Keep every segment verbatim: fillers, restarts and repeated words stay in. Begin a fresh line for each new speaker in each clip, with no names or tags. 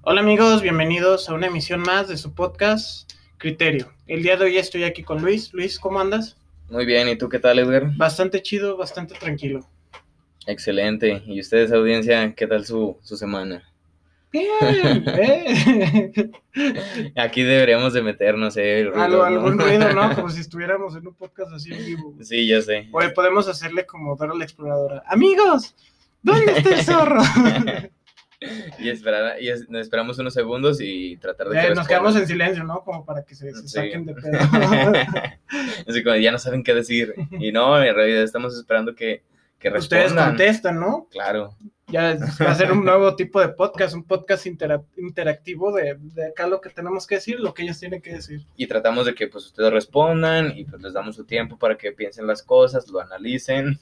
Hola amigos, bienvenidos a una emisión más de su podcast Criterio. El día de hoy estoy aquí con Luis. Luis, ¿cómo andas?
Muy bien, ¿y tú qué tal, Edgar?
Bastante chido, bastante tranquilo.
Excelente. ¿Y ustedes, audiencia, qué tal su, su semana?
Bien, ¿eh?
Aquí deberíamos de meternos, eh,
Algo,
ruidos, ¿no?
algún ruido, ¿no? Como si estuviéramos en un podcast así en vivo.
Sí, ya sé.
Oye, podemos hacerle como Dora la Exploradora. Amigos, ¿dónde está el zorro?
y esperar, y es- esperamos unos segundos y tratar de
Eh,
que
nos
respondan.
quedamos en silencio, ¿no? Como para que se, se
Sí.
saquen de pedo.
Así como ya no saben qué decir. Y no, en realidad estamos esperando que, que respondan.
Ustedes contestan, ¿no?
Claro.
Ya va a ser un nuevo tipo de podcast, un podcast intera- interactivo de, de acá lo que tenemos que decir, lo que ellos tienen que decir.
Y tratamos de que pues ustedes respondan y pues les damos su tiempo para que piensen las cosas, lo analicen.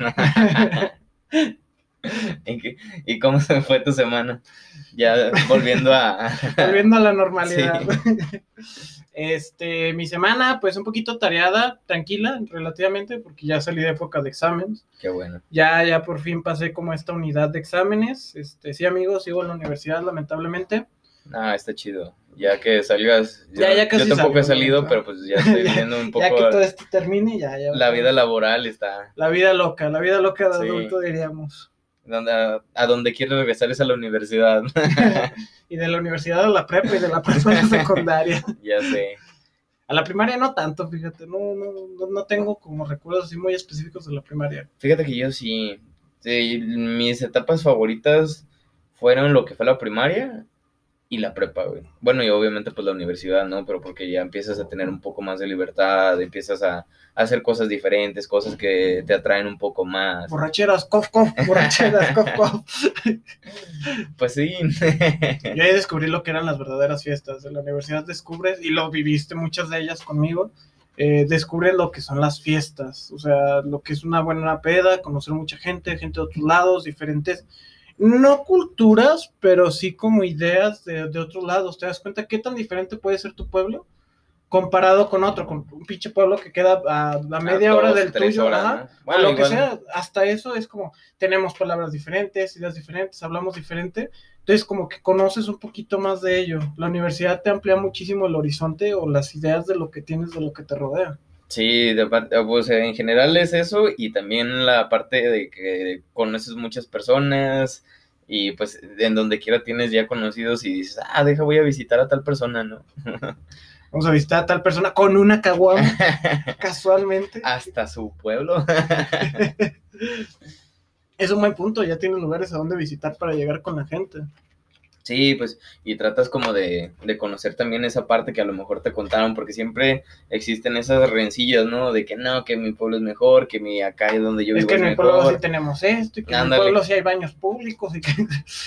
¿Y, qué- ¿Y cómo se fue tu semana? Ya volviendo a...
Volviendo a la normalidad.
Sí.
Este, mi semana, pues un poquito tareada, tranquila, relativamente, porque ya salí de época de exámenes.
Qué bueno.
Ya, ya por fin pasé como esta unidad de exámenes. Este, sí, amigos, sigo en la universidad, lamentablemente.
Ah, está chido. Ya que salgas... Yo,
Ya, ya casi
yo tampoco
salgo,
he salido,
¿no?
pero pues ya estoy viviendo un poco...
Ya que todo esto termine, ya, ya.
La vida laboral está...
La vida loca, la vida loca de
Sí.
adulto, diríamos.
Donde, a, a donde quieres regresar es a la universidad.
Y de la universidad a la prepa y de la prepa a la secundaria.
Ya sé.
A la primaria no tanto, fíjate, no, no, no tengo como recuerdos así muy específicos de la primaria.
Fíjate que yo sí, sí, mis etapas favoritas fueron lo que fue la primaria y la prepa, güey. Bueno, y obviamente pues la universidad, ¿no? Pero porque ya empiezas a tener un poco más de libertad, empiezas a, a hacer cosas diferentes, cosas que te atraen un poco más.
Borracheras, cof, cof, borracheras, cof, cof.
Pues sí.
Yo ahí descubrí lo que eran las verdaderas fiestas. En la universidad descubres, y lo viviste muchas de ellas conmigo, eh, descubres lo que son las fiestas. O sea, lo que es una buena peda, conocer mucha gente, gente de otros lados, diferentes, no culturas, pero sí como ideas de, de otros lados. ¿Te das cuenta qué tan diferente puede ser tu pueblo comparado con otro, con un pinche pueblo que queda a la media
A
hora
dos,
del
tres
tuyo,
horas,
ajá,
¿no?
o
Bueno,
lo que
igual.
sea, hasta eso es como, tenemos palabras diferentes, ideas diferentes, hablamos diferente, entonces como que conoces un poquito más de ello. La universidad te amplía muchísimo el horizonte o las ideas de lo que tienes, de lo que te rodea.
Sí, de parte, pues en general es eso y también la parte de que conoces muchas personas y pues en donde quiera tienes ya conocidos y dices, ah, deja, voy a visitar a tal persona, ¿no?
Vamos a visitar a tal persona con una caguama, casualmente.
Hasta su pueblo.
Es un buen punto, ya tienes lugares a donde visitar para llegar con la gente.
Sí, pues, y tratas como de, de conocer también esa parte que a lo mejor te contaron, porque siempre existen esas rencillas, ¿no? De que no, que mi pueblo es mejor, que mi acá es donde yo
Es
vivo
que
es
en mi pueblo
mejor,
sí tenemos esto, y que en mi
Ándale.
pueblo sí hay baños públicos, y que,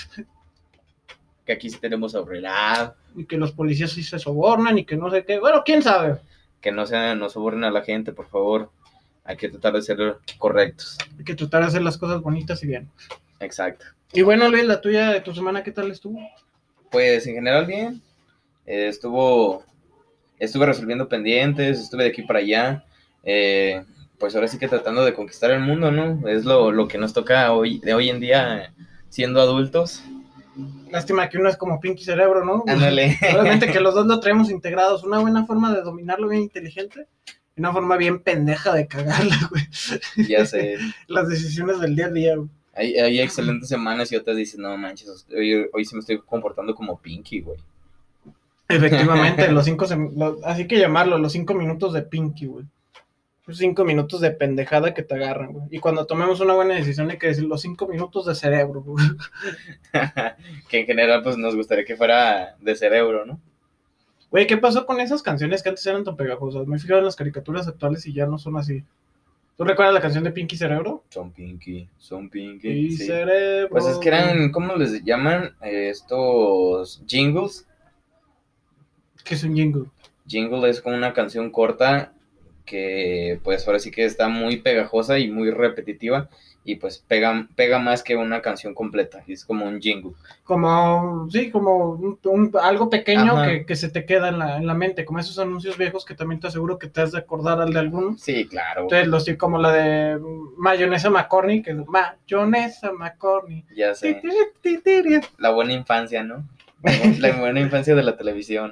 que aquí sí tenemos sobriedad,
y que los policías sí se sobornan, y que no sé qué. Bueno, quién sabe.
que no se no sobornen a la gente, por favor. Hay que tratar de ser correctos.
Hay que tratar de hacer las cosas bonitas y bien.
Exacto.
Y bueno, Luis, la tuya de tu semana, ¿qué tal estuvo?
Pues en general bien. Eh, estuvo, estuve resolviendo pendientes, estuve de aquí para allá. Eh, pues ahora sí que tratando de conquistar el mundo, ¿no? Es lo, lo que nos toca hoy, de hoy en día, siendo adultos.
Lástima que uno es como Pinky Cerebro, ¿no?
Ándale.
Realmente que los dos lo traemos integrados. Una buena forma de dominarlo bien inteligente y una forma bien pendeja de cagarla, güey.
Ya sé.
Las decisiones del día a día, güey.
Hay, hay excelentes semanas y otras dicen, no manches, hoy, hoy sí me estoy comportando como Pinky, güey.
Efectivamente, los cinco, los, así que llamarlo, los cinco minutos de Pinky, güey. Los cinco minutos de pendejada que te agarran, güey. Y cuando tomemos una buena decisión hay que decir los cinco minutos de cerebro, güey.
Que en general, pues, nos gustaría que fuera de cerebro, ¿no?
Güey, ¿qué pasó con esas canciones que antes eran tan pegajosas? Me he fijado en las caricaturas actuales y ya no son así. ¿Tú recuerdas la canción de Pinky Cerebro?
Son Pinky, son Pinky.
Y
Sí.
cerebro.
Pues es que eran, ¿cómo les llaman? Eh, estos jingles.
¿Qué es un jingle?
Jingle es como una canción corta que pues ahora sí que está muy pegajosa y muy repetitiva y pues pega, pega más que una canción completa, es como un jingle.
Como, sí, como un, un, algo pequeño
Ajá.
que, que se te queda en la, en la mente, como esos anuncios viejos que también te aseguro que te has de acordar al de alguno.
Sí, claro.
Entonces, lo sí, como la de mayonesa McCorney, que es mayonesa McCorney.
Ya sé. La buena infancia, ¿no? La buena infancia de la televisión.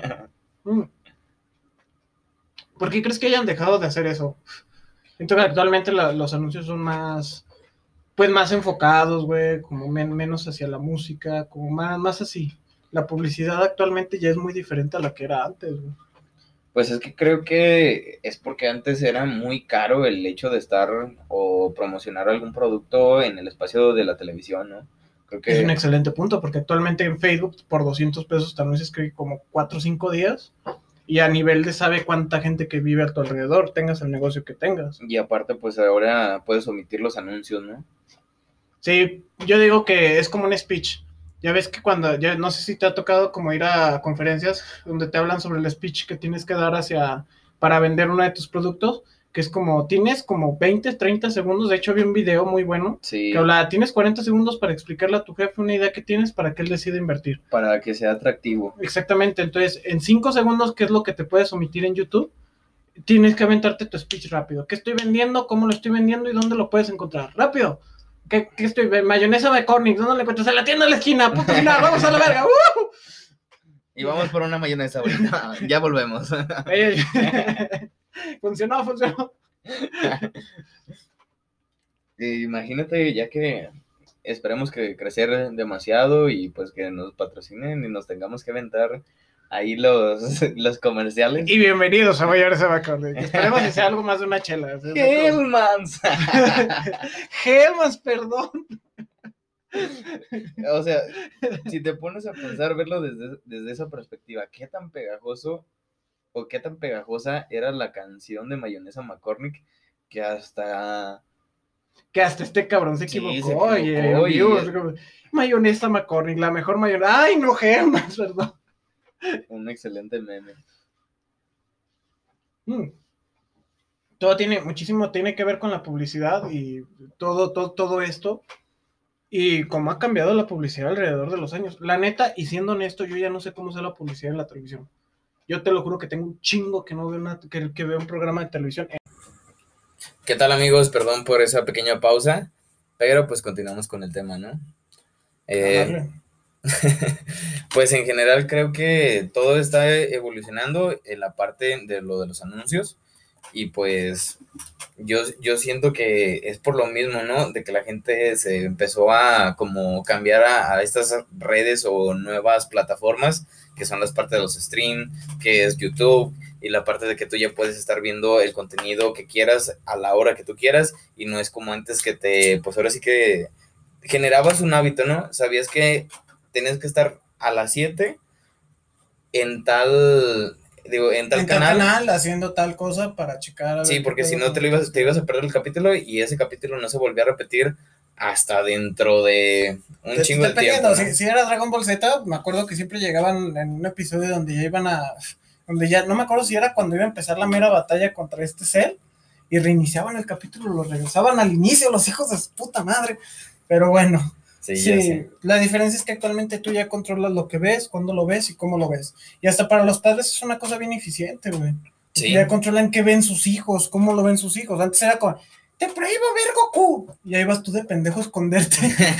¿Por qué crees que hayan dejado de hacer eso? Siento que actualmente la, los anuncios son más, pues más enfocados, güey, como men, menos hacia la música, como más, más así. La publicidad actualmente ya es muy diferente a la que era antes, güey.
Pues es que creo que es porque antes era muy caro el hecho de estar o promocionar algún producto en el espacio de la televisión, ¿no? Creo que...
Es un excelente punto, porque actualmente en Facebook por doscientos pesos te anuncias que como cuatro o cinco días, y a nivel de sabe cuánta gente que vive a tu alrededor, tengas el negocio que tengas.
Y aparte, pues ahora puedes omitir los anuncios, ¿no?
Sí, yo digo que es como un speech. Ya ves que cuando, ya no sé si te ha tocado como ir a conferencias donde te hablan sobre el speech que tienes que dar hacia, para vender uno de tus productos, que es como, tienes como veinte, treinta segundos, de hecho vi un video muy bueno,
sí,
que habla, tienes cuarenta segundos para explicarle a tu jefe una idea que tienes para que él decida invertir.
Para que sea atractivo.
Exactamente, entonces en cinco segundos, ¿qué es lo que te puedes omitir en YouTube? Tienes que aventarte tu speech rápido. ¿Qué estoy vendiendo? ¿Cómo lo estoy vendiendo? ¿Y dónde lo puedes encontrar? ¡Rápido! ¿Qué, qué estoy? Mayonesa McCormick, ¿dónde la encuentras? En la tienda de la esquina, punto final, vamos a la verga. ¡Uh!
Y vamos por una mayonesa ahorita. Ya volvemos.
Funcionó, funcionó.
Imagínate, ya que esperemos que crecer demasiado y pues que nos patrocinen y nos tengamos que aventar ahí los, los comerciales.
Y bienvenidos a Mayonesa McCormick. Esperemos que sea algo más de una chela.
Hellmans.
Hellmans, perdón.
O sea, si te pones a pensar, verlo desde, desde esa perspectiva, ¿qué tan pegajoso o qué tan pegajosa era la canción de Mayonesa McCormick que hasta...
Que hasta este cabrón se equivocó.
Sí, se equivocó
y,
y...
y... Mayonesa McCormick, la mejor mayonesa. Ay, no, Hellmans, perdón.
Un excelente meme.
Mm. Todo tiene, muchísimo tiene que ver con la publicidad y todo, todo, todo esto. Y cómo ha cambiado la publicidad alrededor de los años. La neta, y siendo honesto, yo ya no sé cómo sea la publicidad en la televisión. Yo te lo juro que tengo un chingo que no veo una, que, que veo un programa de televisión.
¿Qué tal, amigos? Perdón por esa pequeña pausa, pero pues continuamos con el tema, ¿no? Eh, pues en general creo que todo está evolucionando en la parte de lo de los anuncios y pues yo, yo siento que es por lo mismo, ¿no? De que la gente se empezó a como cambiar a, a estas redes o nuevas plataformas que son las partes de los streams, que es YouTube, y la parte de que tú ya puedes estar viendo el contenido que quieras a la hora que tú quieras y no es como antes que te, pues ahora sí que generabas un hábito, ¿no? Sabías que tenías que estar a las siete en tal, digo, en tal
en
canal.
tal canal haciendo tal cosa para checar. A
sí,
ver
porque si no te, lo ibas, te ibas a perder el capítulo y ese capítulo no se volvía a repetir hasta dentro de un
te,
chingo de tiempo, ¿no?
si, si era Dragon Ball Z, me acuerdo que siempre llegaban en un episodio donde ya iban a... donde ya, no me acuerdo si era cuando iba a empezar la mera batalla contra este Cell, y reiniciaban el capítulo, lo regresaban al inicio, los hijos de su puta madre. Pero bueno, sí, sí, la diferencia es que actualmente tú ya controlas lo que ves, cuándo lo ves y cómo lo ves. Y hasta para los padres es una cosa bien eficiente, güey. Sí. Ya controlan qué ven sus hijos, cómo lo ven sus hijos. Antes era como, te prohíbo ver Goku. Y ahí vas tú de pendejo a esconderte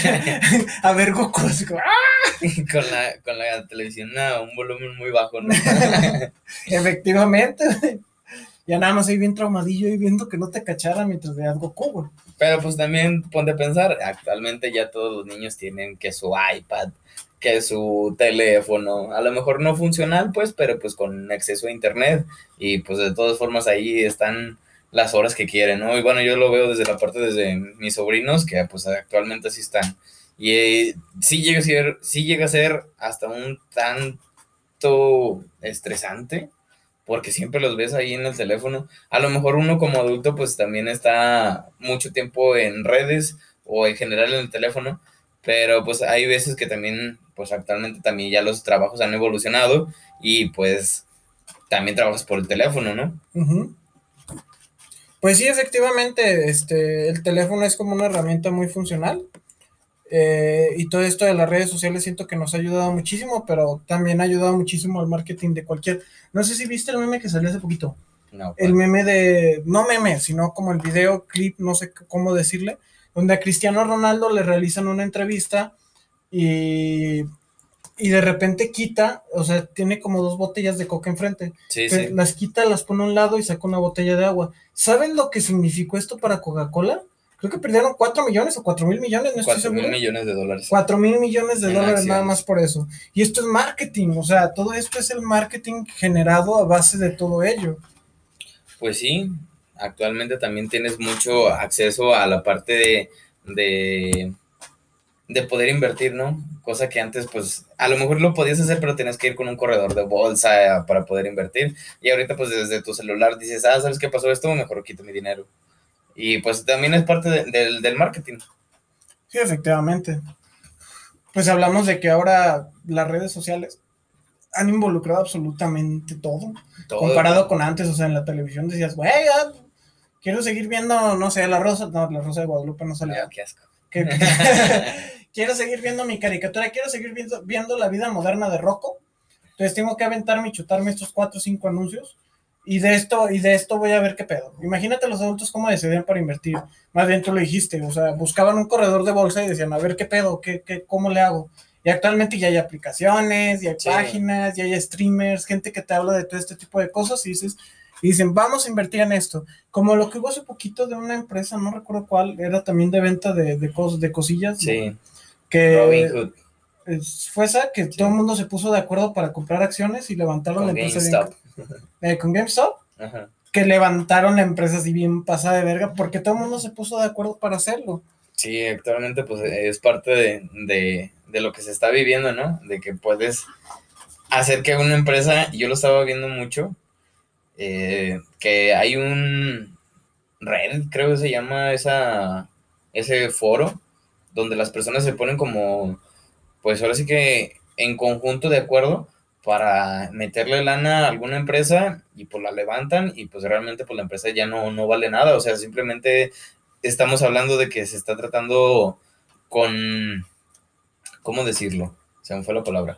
a ver Goku. Así como, ¡ah!
con, la, con la televisión a un volumen muy bajo, ¿no?
Efectivamente, güey. Ya nada más ahí bien traumadillo y viendo que no te cachara mientras veas Goku, güey.
Pero pues también ponte a pensar, actualmente ya todos los niños tienen que su iPad, que su teléfono, a lo mejor no funcional, pues, pero pues con acceso a internet, y pues de todas formas ahí están las horas que quieren, ¿no? Y bueno, yo lo veo desde la parte desde mis sobrinos, que pues actualmente así están, y eh, sí, llega a ser, sí llega a ser hasta un tanto estresante, porque siempre los ves ahí en el teléfono. A lo mejor uno como adulto pues también está mucho tiempo en redes o en general en el teléfono, pero pues hay veces que también, pues actualmente también ya los trabajos han evolucionado y pues también trabajas por el teléfono, ¿no?
Uh-huh. Pues sí, efectivamente, este, el teléfono es como una herramienta muy funcional. Eh, y todo esto de las redes sociales siento que nos ha ayudado muchísimo, pero también ha ayudado muchísimo al marketing de cualquier... No sé si viste el meme que salió hace poquito.
No,
el meme de... No meme, sino como el video, clip, no sé cómo decirle, donde a Cristiano Ronaldo le realizan una entrevista y y de repente quita, o sea, tiene como dos botellas de coca enfrente.
Sí,
Pero
sí.
las quita, las pone a un lado y saca una botella de agua. ¿Saben lo que significó esto para Coca-Cola? Creo que perdieron cuatro millones o cuatro mil millones, no estoy
Cuatro mil
seguro.
millones de dólares
Cuatro mil millones de
en
dólares nada más
acciones.
por eso. Y esto es marketing, o sea, todo esto es el marketing generado a base de todo ello.
Pues sí, actualmente también tienes mucho acceso a la parte de, de, de poder invertir, ¿no? Cosa que antes, pues, a lo mejor lo podías hacer, pero tenías que ir con un corredor de bolsa para poder invertir. Y ahorita, pues, desde tu celular dices, ah, ¿sabes qué pasó esto? Mejor quito mi dinero. Y pues también es parte de, de, del marketing.
Sí, efectivamente. Pues hablamos de que ahora las redes sociales han involucrado absolutamente todo.
Todo,
Comparado
todo.
con antes, o sea, en la televisión decías, güey, ya, quiero seguir viendo, no sé, La Rosa, no, La Rosa de Guadalupe no salía.
Ah, qué asco.
Que, que, quiero seguir viendo mi caricatura, quiero seguir viendo, viendo la vida moderna de Rocco. Entonces tengo que aventarme y chutarme estos cuatro o cinco anuncios. Y de esto, y de esto voy a ver qué pedo. Imagínate los adultos cómo decidían para invertir. Más bien tú lo dijiste, o sea, buscaban un corredor de bolsa y decían, a ver qué pedo, qué, qué, cómo le hago. Y actualmente ya hay aplicaciones, ya hay
Sí.
páginas, ya hay streamers, gente que te habla de todo este tipo de cosas y dices, y dicen, vamos a invertir en esto. Como lo que hubo hace poquito de una empresa, no recuerdo cuál, era también de venta de, de, cos, de cosillas.
Sí.
¿No? Que
Robinhood.
fue esa que
Sí.
todo el mundo se puso de acuerdo para comprar acciones y levantaron
Con
la empresa
GameStop.
bien. Eh, con GameStop.
Ajá.
Que levantaron la empresa así bien pasada de verga porque todo el mundo se puso de acuerdo para hacerlo.
Sí, actualmente pues es parte de, de, de lo que se está viviendo, ¿no? De que puedes hacer que una empresa, yo lo estaba viendo mucho, eh, que hay un Reddit, creo que se llama esa, ese foro, donde las personas se ponen como, pues ahora sí que en conjunto de acuerdo para meterle lana a alguna empresa y pues la levantan y pues realmente pues la empresa ya no, no vale nada, o sea, simplemente estamos hablando de que se está tratando con, ¿cómo decirlo? Se me fue la palabra.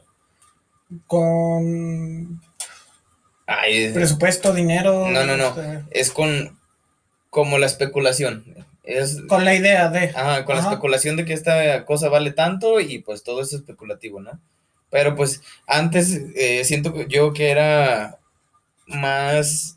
Con
Ay,
presupuesto, dinero.
no, no, no,
Este,
es con, como la especulación. Es,
con la idea de.
ajá, con
Ajá.
la especulación de que esta cosa vale tanto y pues todo es especulativo, ¿no? Pero pues antes eh, siento yo que era más,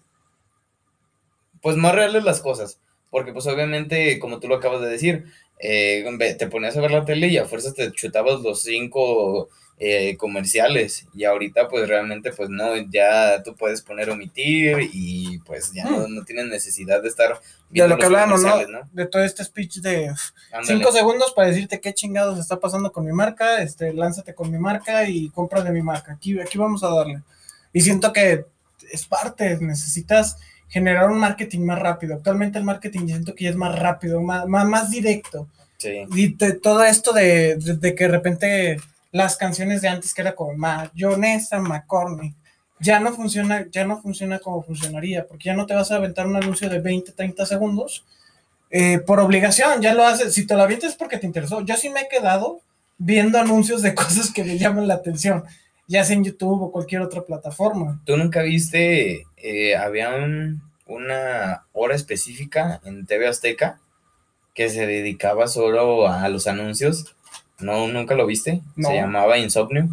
pues más reales las cosas, porque pues obviamente, como tú lo acabas de decir, eh, te ponías a ver la tele y a fuerzas te chutabas los cinco eh, comerciales y ahorita pues realmente pues no, ya tú puedes poner omitir y pues ya no, no tienes necesidad de estar viendo
de lo que
los
hablábamos,
comerciales,
¿no?
¿no?
De todo este speech de
Ándale.
cinco segundos para decirte qué chingados está pasando con mi marca, este, lánzate con mi marca y compra de mi marca. Aquí, aquí vamos a darle. Y siento que es parte, necesitas generar un marketing más rápido. Actualmente el marketing siento que ya es más rápido, más, más, más directo.
Sí.
Y de, todo esto de, de, de que de repente las canciones de antes que era como Mayonesa, McCormick, ya no funciona, ya no funciona como funcionaría, porque ya no te vas a aventar un anuncio de veinte, treinta segundos eh, por obligación, ya lo haces, si te lo avientas es porque te interesó. Yo sí me he quedado viendo anuncios de cosas que me llaman la atención, ya sea en YouTube o cualquier otra plataforma.
¿Tú nunca viste, eh, había un, una hora específica en T V Azteca que se dedicaba solo a los anuncios? ¿No, nunca lo viste?
No.
Se llamaba Insomnio.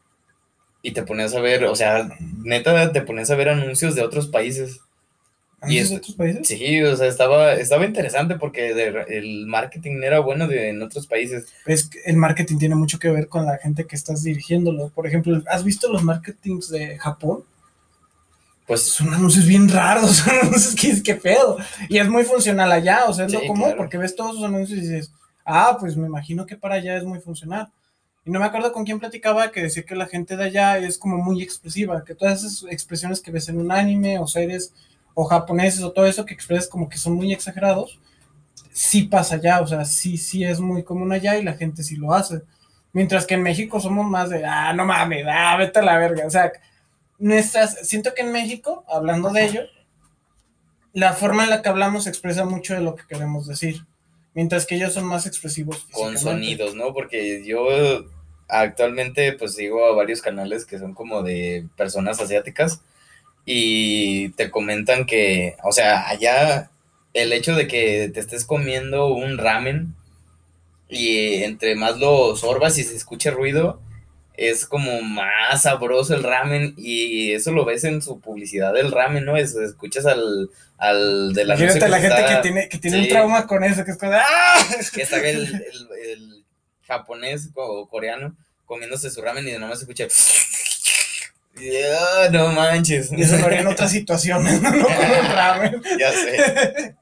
Y te ponías a ver, o sea, neta, te ponías a ver anuncios de otros países.
¿Anuncios y de otros países?
Sí, o sea, estaba, estaba interesante porque de, el marketing era bueno de, en otros países.
Es que el marketing tiene mucho que ver con la gente que estás dirigiéndolo. Por ejemplo, ¿has visto los marketings de Japón?
Pues
son anuncios bien raros, son anuncios que es que pedo. Y es muy funcional allá, o sea, es sí, lo común, claro. Porque ves todos esos anuncios y dices, ah, pues me imagino que para allá es muy funcional. Y no me acuerdo con quién platicaba que decía que la gente de allá es como muy expresiva, que todas esas expresiones que ves en un anime o series o japoneses o todo eso que expresas como que son muy exagerados, sí pasa allá, o sea, sí, sí es muy común allá y la gente sí lo hace. Mientras que en México somos más de, ah, no mames, ah, vete a la verga, o sea, nuestras, siento que en México, hablando de ello, la forma en la que hablamos expresa mucho de lo que queremos decir, mientras que ellos son más expresivos
con sonidos, ¿no? Porque yo actualmente pues sigo a varios canales que son como de personas asiáticas y te comentan que, o sea, allá el hecho de que te estés comiendo un ramen y entre más lo sorbas y se escuche ruido, es como más sabroso el ramen y eso lo ves en su publicidad del ramen, ¿no? Es, escuchas al, al de la
Imagínate la gente
está,
que tiene, que tiene
sí,
un trauma con eso, que es como de, ¡ah!
que está el, el, el japonés o coreano comiéndose su ramen y de nomás se escucha... Yeah, no manches.
Y eso lo haría en otras situaciones, no con un ramen.
Ya sé.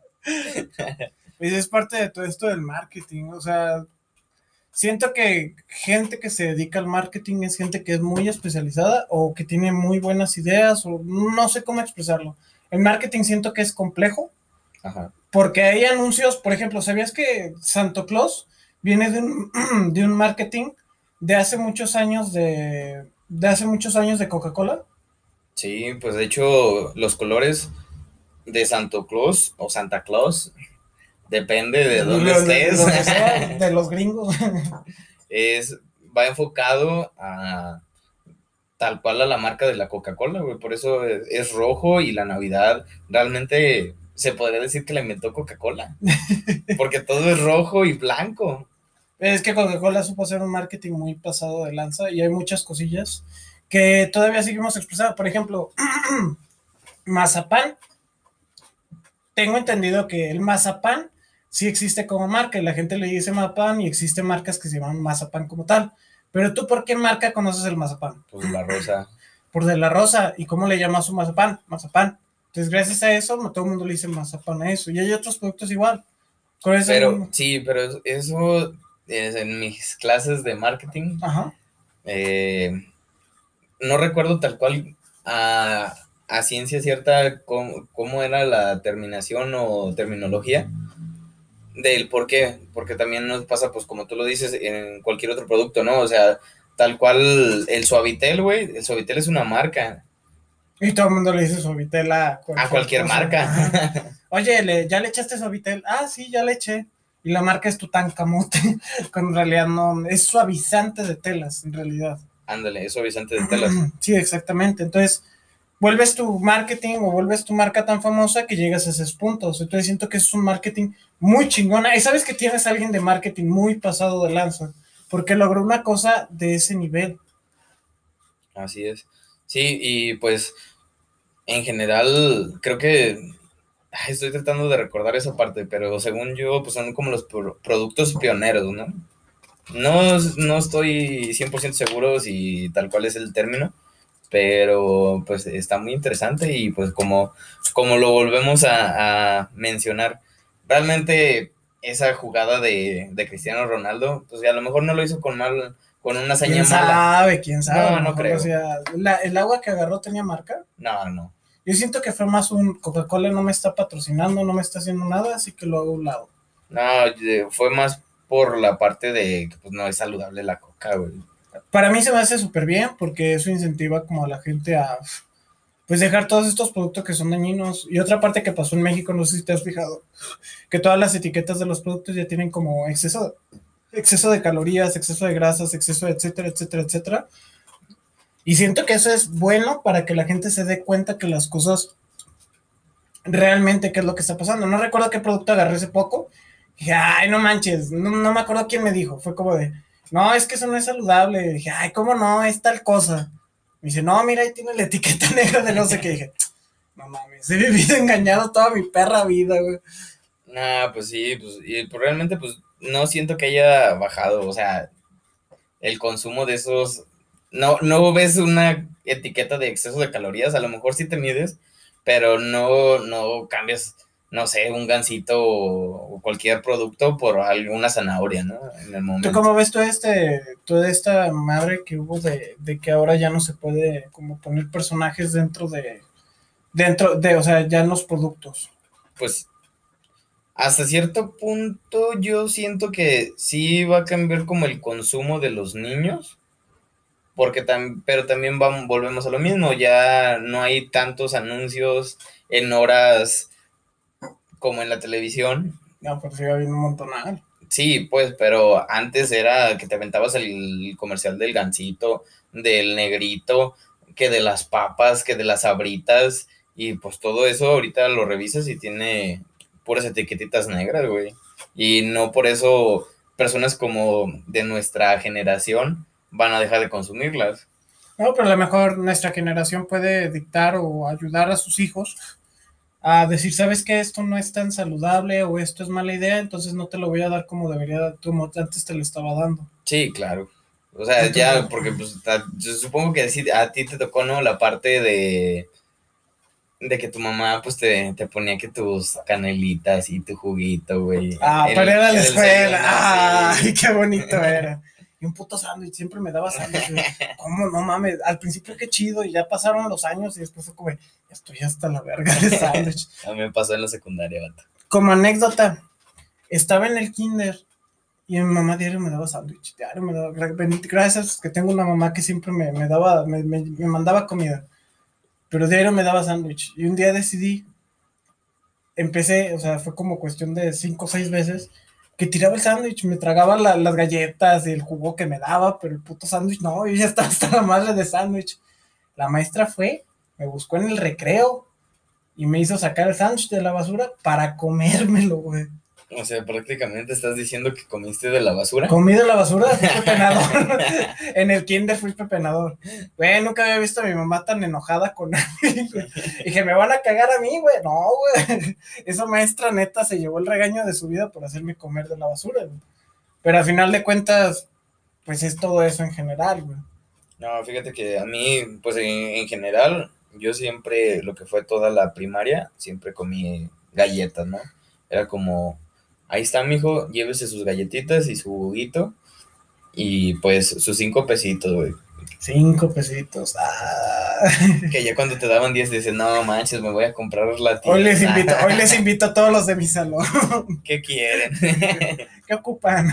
Y es parte de todo esto del marketing, o sea, siento que gente que se dedica al marketing es gente que es muy especializada o que tiene muy buenas ideas o no sé cómo expresarlo. El marketing siento que es complejo. Ajá. Porque hay anuncios, por ejemplo, ¿sabías que Santo Claus viene de un, de un marketing de hace muchos años de, de hace muchos años de Coca-Cola?
Sí, pues de hecho los colores de Santo Claus o Santa Claus, depende de dónde
de,
estés,
de, donde sea, de los gringos,
es, va enfocado a tal cual a la marca de la Coca-Cola, güey, por eso es, es rojo y la Navidad realmente se podría decir que la inventó Coca-Cola, porque todo es rojo y blanco.
Es que Coca-Cola supo hacer un marketing muy pasado de lanza y hay muchas cosillas que todavía seguimos expresando. Por ejemplo, mazapán. Tengo entendido que el mazapán sí existe como marca y la gente le dice mazapán y existen marcas que se llaman mazapán como tal. Pero tú, ¿por qué marca conoces el mazapán?
Pues de la Rosa.
Por de la Rosa. ¿Y cómo le llamas su mazapán? Mazapán. Entonces, gracias a eso, todo el mundo le dice mazapán a eso. Y hay otros productos igual.
Con eso pero, mismo. Sí, pero eso es en mis clases de marketing. Ajá. Eh, no recuerdo tal cual a, a ciencia cierta cómo, cómo era la terminación o terminología del por qué, porque también nos pasa, pues como tú lo dices, en cualquier otro producto, ¿no? O sea, tal cual el Suavitel, güey, el Suavitel es una marca.
Y todo el mundo le dice Suavitel a
cualquier, a cualquier marca.
Ajá. Oye, ¿le, ¿ya le echaste Suavitel? Ah, sí, ya le eché. Y la marca es Tutankamote, cuando en realidad no, es suavizante de telas, en realidad.
Ándale, es suavizante de telas.
Sí, exactamente. Entonces, vuelves tu marketing o vuelves tu marca tan famosa que llegas a esos puntos. Entonces, siento que es un marketing muy chingona. Y sabes que tienes a alguien de marketing muy pasado de lanza, porque logró una cosa de ese nivel.
Así es. Sí, y pues, en general, creo que estoy tratando de recordar esa parte, pero según yo, pues son como los pro- productos pioneros, ¿no? No, no estoy cien por ciento seguro si tal cual es el término, pero pues está muy interesante y pues como, como lo volvemos a, a mencionar, realmente esa jugada de, de Cristiano Ronaldo, pues a lo mejor no lo hizo con mal, con una hazaña
¿Quién
mala.
sabe? ¿Quién sabe?
No, no creo.
O sea, ¿la, ¿el agua que agarró tenía marca?
No, no.
Yo siento que fue más un Coca-Cola no me está patrocinando, no me está haciendo nada, así que lo hago a un lado.
No, fue más por la parte de que pues no es saludable la coca, güey.
Para mí se me hace súper bien porque eso incentiva como a la gente a pues dejar todos estos productos que son dañinos. Y otra parte que pasó en México, no sé si te has fijado, que todas las etiquetas de los productos ya tienen como exceso, exceso de calorías, exceso de grasas, exceso de etcétera, etcétera, etcétera. Y siento que eso es bueno para que la gente se dé cuenta que las cosas realmente qué es lo que está pasando. No recuerdo qué producto agarré hace poco. Y dije, ay, no manches, no, no me acuerdo quién me dijo. Fue como de, no, es que eso no es saludable. Y dije, ay, ¿cómo no? Es tal cosa. Me dice, no, mira, ahí tiene la etiqueta negra de no sé qué. Dije, no mames, he vivido engañado toda mi perra vida, güey.
Nah, pues sí, pues, y pues realmente, pues, no siento que haya bajado, o sea, el consumo de esos, no, no ves una etiqueta de exceso de calorías, a lo mejor sí te mides, pero no, no cambias, no sé, un gansito o, o cualquier producto por alguna zanahoria, ¿no? En el momento.
¿Tú cómo ves todo este, toda esta madre que hubo de, de que ahora ya no se puede como poner personajes dentro de, dentro de, o sea, ya en los productos?
Pues hasta cierto punto yo siento que sí va a cambiar como el consumo de los niños, porque tam pero también vamos, volvemos a lo mismo, ya no hay tantos anuncios en horas como en la televisión.
No, pero sigue habiendo un montonal.
Sí, pues, pero antes era que te aventabas el comercial del gansito, del negrito, que de las papas, que de las sabritas, y pues todo eso ahorita lo revisas y tiene puras etiquetitas negras, güey. Y no por eso personas como de nuestra generación van a dejar de consumirlas.
No, pero a lo mejor nuestra generación puede dictar o ayudar a sus hijos a decir, ¿sabes qué? Esto no es tan saludable o esto es mala idea, entonces no te lo voy a dar como debería, como antes te lo estaba dando.
Sí, claro. O sea,
Entonces,
ya, porque pues ta- yo supongo que sí, a ti te tocó, ¿no? La parte de, de que tu mamá pues te, te ponía que tus canelitas y tu juguito, güey,
ah,
en,
para ir a la
en el
escuela.
desayuno,
Ay,
sí.
qué bonito era. Y un puto sándwich, siempre me daba sándwich. Güey. ¿Cómo? No mames. Al principio qué chido, y ya pasaron los años y después fue como, ya estoy hasta la verga de sándwich.
A mí me pasó en la secundaria, vato.
Como anécdota, estaba en el kinder y mi mamá diario me daba sándwich. Diario me daba, gracias que tengo una mamá que siempre me, me daba, me, me, me mandaba comida. Pero diario me daba sándwich. Y un día decidí, empecé, o sea, fue como cuestión de cinco o seis veces, que tiraba el sándwich, me tragaba la, las galletas y el jugo que me daba, pero el puto sándwich no, yo ya estaba hasta la madre de sándwich. La maestra fue, me buscó en el recreo y me hizo sacar el sándwich de la basura para comérmelo, güey.
O sea, prácticamente estás diciendo que comiste de la basura.
Comí de la basura, fui pepenador. En el kinder fui pepenador. Güey, nunca había visto a mi mamá tan enojada con alguien, güey. Dije, me van a cagar a mí, güey. No, güey. Esa maestra neta se llevó el regaño de su vida por hacerme comer de la basura, güey. Pero al final de cuentas, pues es todo eso en general, güey.
No, fíjate que a mí, pues en, en general, yo siempre, lo que fue toda la primaria, siempre comí galletas, ¿no? Era como, ahí está, mijo, llévese sus galletitas y su juguito y pues sus cinco pesitos, güey.
Cinco pesitos. Ah.
Que ya cuando te daban diez dices, no manches, me voy a comprar la
Hoy les
tienda.
invito, hoy les invito a todos los de mi salón.
¿Qué quieren?
¿Qué ocupan?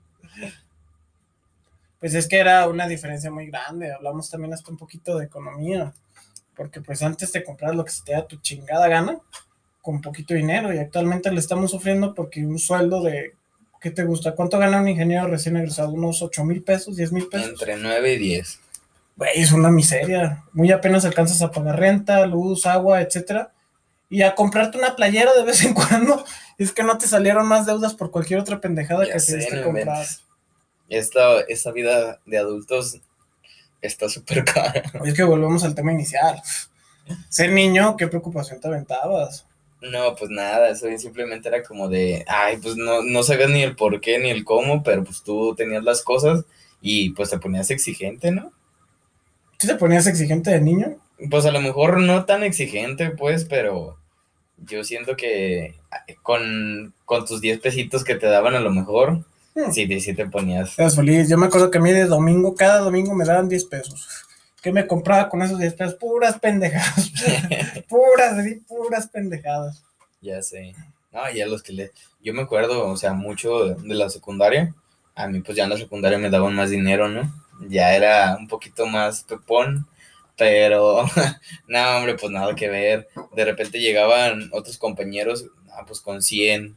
Pues es que era una diferencia muy grande. Hablamos también hasta un poquito de economía. Porque pues antes te comprabas lo que se te da tu chingada gana con poquito dinero y actualmente le estamos sufriendo porque un sueldo de, ¿qué te gusta? ¿Cuánto gana un ingeniero recién egresado? ¿Unos ocho mil pesos, diez mil pesos?
Entre nueve y diez.
Güey, es una miseria. Muy apenas alcanzas a pagar renta, luz, agua, etcétera. Y a comprarte una playera de vez en cuando. Es que no te salieron más deudas por cualquier otra pendejada
Ya
que
sé,
te diste
no
a comprar.
Esta, esta vida de adultos está súper cara.
Es que volvemos al tema inicial. Ser niño, ¿qué preocupación te aventabas?
No, pues nada, eso simplemente era como de, ay, pues no, no sabías ni el por qué ni el cómo, pero pues tú tenías las cosas y pues te ponías exigente, ¿no?
¿Sí te ponías exigente de niño?
Pues a lo mejor no tan exigente, pues, pero yo siento que con, con tus diez pesitos que te daban a lo mejor,
Hmm.
sí, sí te ponías.
Eras feliz. Yo me acuerdo que a mí de domingo, cada domingo me daban diez pesos. ¿Qué me compraba con esos diez pesos? Puras pendejadas. puras, sí, puras pendejadas.
Ya sé. No, ya los que le... Yo me acuerdo, o sea, mucho de, de la secundaria. A mí pues ya en la secundaria me daban más dinero, ¿no? Ya era un poquito más pepón, pero no, hombre, pues nada que ver. De repente llegaban otros compañeros, ah, pues con cien,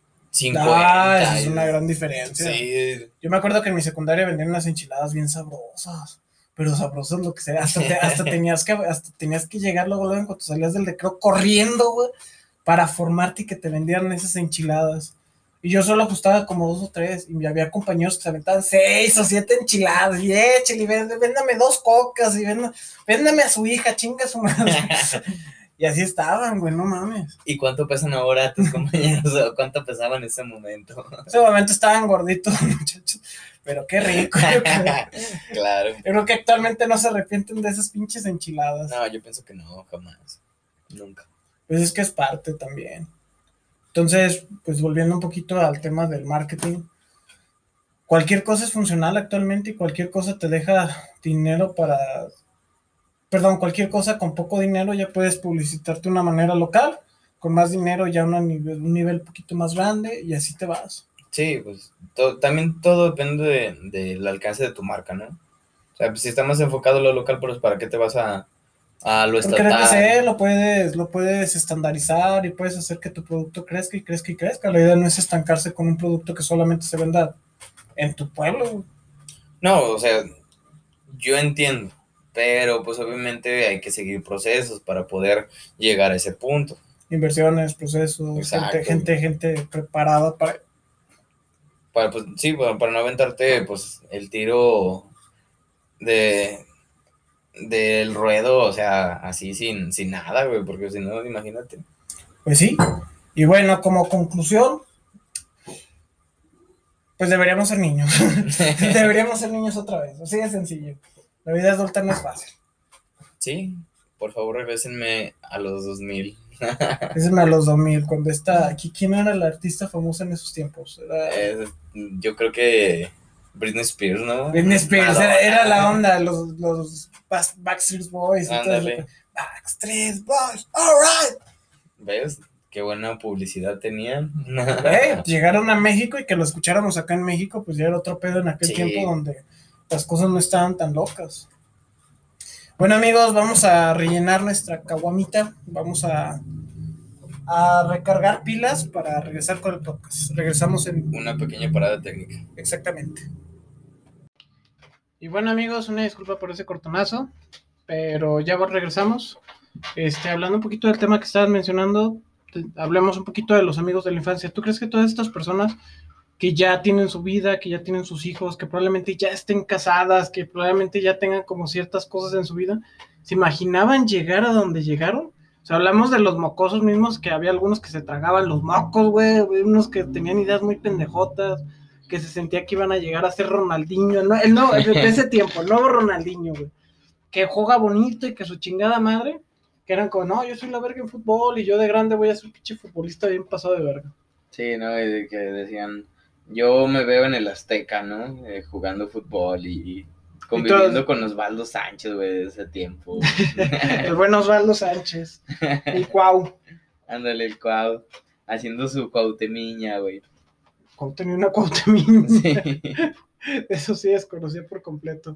Ah, esa
cincuenta.
es una gran diferencia.
Sí.
Yo me acuerdo que en mi secundaria vendían unas enchiladas bien sabrosas. Pero sabrosas lo que sea. Hasta, te, hasta, tenías, que, hasta tenías que llegar luego, luego, en cuanto salías del recreo, corriendo, güey, para formarte y que te vendieran esas enchiladas. Y yo solo ajustaba como dos o tres. Y había compañeros que se aventaban seis o siete enchiladas. Y échale, véndame dos cocas. Y véndame, véndame a su hija, chinga su madre. Y así estaban, güey, no mames.
¿Y cuánto pesan ahora tus compañeros? ¿O cuánto pesaban en ese momento?
En ese momento estaban gorditos, muchachos. Pero qué rico. Yo creo.
Claro.
Yo creo que actualmente no se arrepienten de esas pinches enchiladas.
No, yo pienso que no, jamás. Nunca.
Pues es que es parte también. Entonces, pues volviendo un poquito al tema del marketing, cualquier cosa es funcional actualmente y cualquier cosa te deja dinero para... Perdón, cualquier cosa con poco dinero ya puedes publicitarte de una manera local, con más dinero ya una nivel, un nivel un poquito más grande y así te vas.
Sí, pues to- también todo depende de- del alcance de tu marca, ¿no? O sea, pues, si está más enfocado en lo local, pues ¿para qué te vas a, a lo
Porque
estatal?
D P C lo puedes, lo puedes estandarizar y puedes hacer que tu producto crezca y crezca y crezca. La idea no es estancarse con un producto que solamente se venda en tu pueblo.
No, o sea, yo entiendo, pero pues obviamente hay que seguir procesos para poder llegar a ese punto.
Inversiones, procesos,
Exacto.
gente, gente, gente preparada para...
Para, pues, sí, para, para no aventarte pues el tiro de, del ruedo, o sea, así sin, sin nada, güey, porque si no, imagínate.
Pues sí. Y bueno, como conclusión, pues deberíamos ser niños. Deberíamos ser niños otra vez. Así de sencillo. La vida adulta no es fácil.
Sí, por favor, regrésenme a los dos mil.
Regrésenme a los dos mil, cuando está... ¿Quién era la artista famosa en esos tiempos? Era...
Eh, yo creo que Britney Spears, ¿no?
Britney Spears, era, era la onda, los, los Backstreet Boys. Y
ándale.
todo. Backstreet Boys, alright.
¿Ves? Qué buena publicidad tenían.
Hey, llegaron a México y que lo escucháramos acá en México, pues ya era otro pedo en aquel sí. tiempo donde las cosas no estaban tan locas. Bueno, amigos, vamos a rellenar nuestra caguamita. Vamos a, a recargar pilas para regresar con el podcast. Regresamos en
una pequeña parada técnica.
Exactamente. Y bueno, amigos, una disculpa por ese cortonazo, pero ya regresamos. Este, hablando un poquito del tema que estabas mencionando, te, hablemos un poquito de los amigos de la infancia. ¿Tú crees que todas estas personas que ya tienen su vida, que ya tienen sus hijos, que probablemente ya estén casadas, que probablemente ya tengan como ciertas cosas en su vida, se imaginaban llegar a donde llegaron? O sea, hablamos de los mocosos mismos, que había algunos que se tragaban los mocos, güey, unos que tenían ideas muy pendejotas, que se sentía que iban a llegar a ser Ronaldinho, ¿no? El nuevo, de ese tiempo, el nuevo Ronaldinho, güey, que juega bonito y que su chingada madre, que eran como, no, yo soy la verga en fútbol y yo de grande voy a ser un pinche futbolista bien pasado de verga.
Sí, ¿no? Y que decían, yo me veo en el Azteca, ¿no? Eh, jugando fútbol y conviviendo ¿Y con Osvaldo Sánchez, güey, de ese tiempo.
El buen Osvaldo Sánchez. El Cuau.
Ándale, el Cuau. Haciendo su cuautemiña, güey.
Cuau tenía una cuautemiña. Sí. Eso sí, desconocía por completo.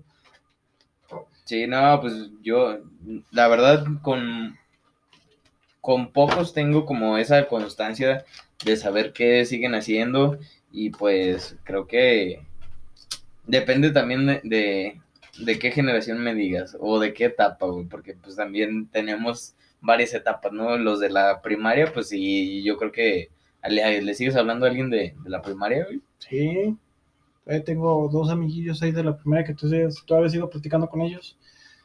Sí, no, pues yo, la verdad, con, con pocos tengo como esa constancia de saber qué siguen haciendo y pues creo que depende también de, de, de qué generación me digas o de qué etapa, güey, porque pues también tenemos varias etapas, ¿no? Los de la primaria, pues sí, yo creo que le, le sigues hablando a alguien de, de la primaria, güey.
Sí. Eh, tengo dos amiguillos ahí de la primaria que todavía, todavía sigo platicando con ellos.